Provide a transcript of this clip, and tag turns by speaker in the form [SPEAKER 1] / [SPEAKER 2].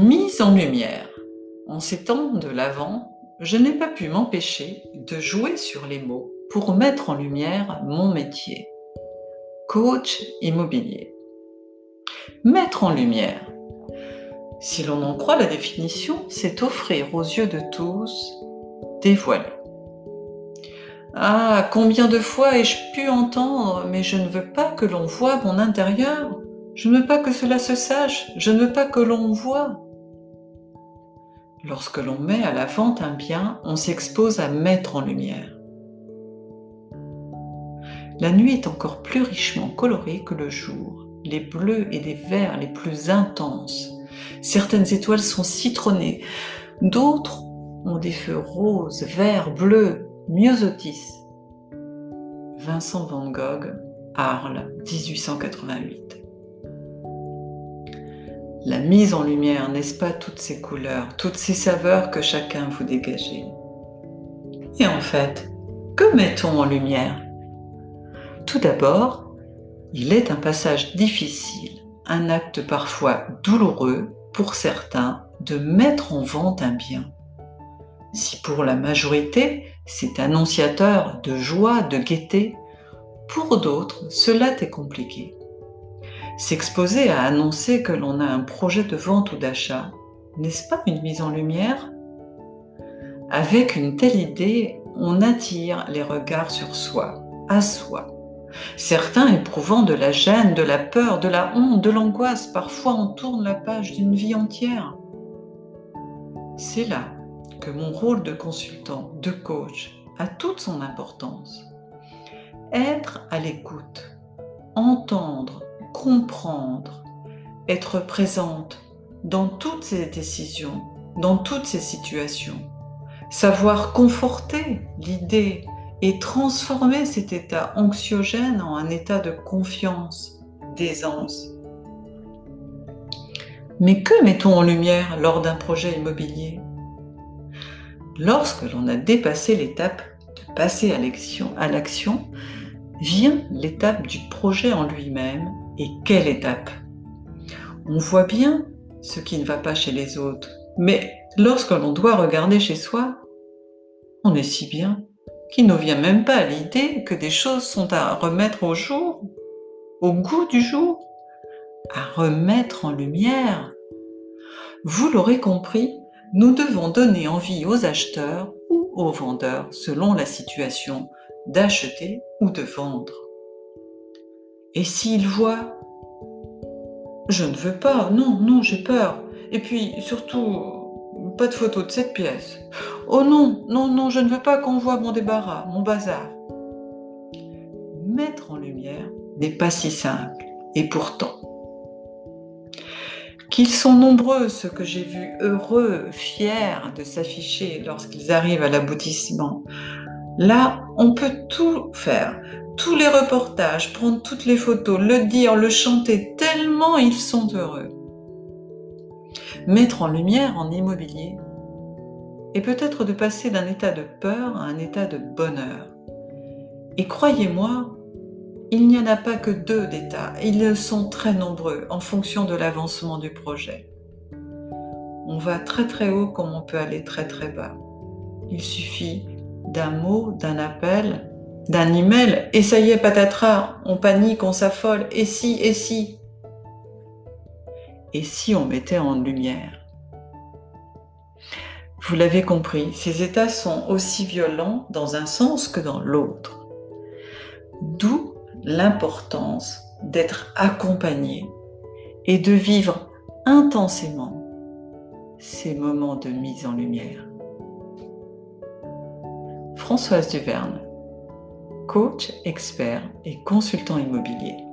[SPEAKER 1] Mise en lumière. En ces temps de l'Avent, je n'ai pas pu m'empêcher de jouer sur les mots pour mettre en lumière mon métier. Coach immobilier. Mettre en lumière. Si l'on en croit la définition, c'est offrir aux yeux de tous, dévoiler. Ah, combien de fois ai-je pu entendre « mais je ne veux pas que l'on voie mon intérieur, je ne veux pas que cela se sache, je ne veux pas que l'on voie ». Lorsque l'on met à la vente un bien, on s'expose à mettre en lumière. La nuit est encore plus richement colorée que le jour, les bleus et les verts les plus intenses. Certaines étoiles sont citronnées, d'autres ont des feux roses, verts, bleus, myosotis. Vincent van Gogh, Arles, 1888. La mise en lumière, n'est-ce pas toutes ces couleurs, toutes ces saveurs que chacun vous dégagez? Et en fait, que mettons en lumière? Tout d'abord, il est un passage difficile, un acte parfois douloureux pour certains de mettre en vente un bien. Si pour la majorité, c'est annonciateur de joie, de gaieté, pour d'autres, cela est compliqué. S'exposer à annoncer que l'on a un projet de vente ou d'achat, n'est-ce pas une mise en lumière? Avec une telle idée, on attire les regards sur soi, à soi. Certains éprouvant de la gêne, de la peur, de la honte, de l'angoisse, parfois on tourne la page d'une vie entière. C'est là que mon rôle de consultant, de coach, a toute son importance. Être à l'écoute, entendre, comprendre, être présente dans toutes ces décisions, dans toutes ces situations, savoir conforter l'idée et transformer cet état anxiogène en un état de confiance, d'aisance. Mais que mettons en lumière lors d'un projet immobilier? Lorsque l'on a dépassé l'étape de passer à l'action, vient l'étape du projet en lui-même. Et quelle étape? On voit bien ce qui ne va pas chez les autres, mais lorsque l'on doit regarder chez soi, on est si bien qu'il ne vient même pas à l'idée que des choses sont à remettre au jour, au goût du jour, à remettre en lumière. Vous l'aurez compris, nous devons donner envie aux acheteurs ou aux vendeurs, selon la situation, d'acheter ou de vendre. Et s'ils voient « je ne veux pas, non, j'ai peur, et puis surtout, pas de photo de cette pièce. Oh non, je ne veux pas qu'on voit mon débarras, mon bazar. » Mettre en lumière n'est pas si simple, et pourtant. Qu'ils sont nombreux ceux que j'ai vus heureux, fiers de s'afficher lorsqu'ils arrivent à l'aboutissement. Là, on peut tout faire, tous les reportages, prendre toutes les photos, le dire, le chanter, tellement ils sont heureux. Mettre en lumière en immobilier est peut-être de passer d'un état de peur à un état de bonheur. Et croyez-moi, il n'y en a pas que deux d'états, ils sont très nombreux en fonction de l'avancement du projet. On va très très haut comme on peut aller très très bas. Il suffit d'un mot, d'un appel, d'un email, et ça y est, patatras, on panique, on s'affole, et si? Et si on mettait en lumière? Vous l'avez compris, ces états sont aussi violents dans un sens que dans l'autre. D'où l'importance d'être accompagné et de vivre intensément ces moments de mise en lumière. Françoise Duverne, coach, expert et consultant immobilier.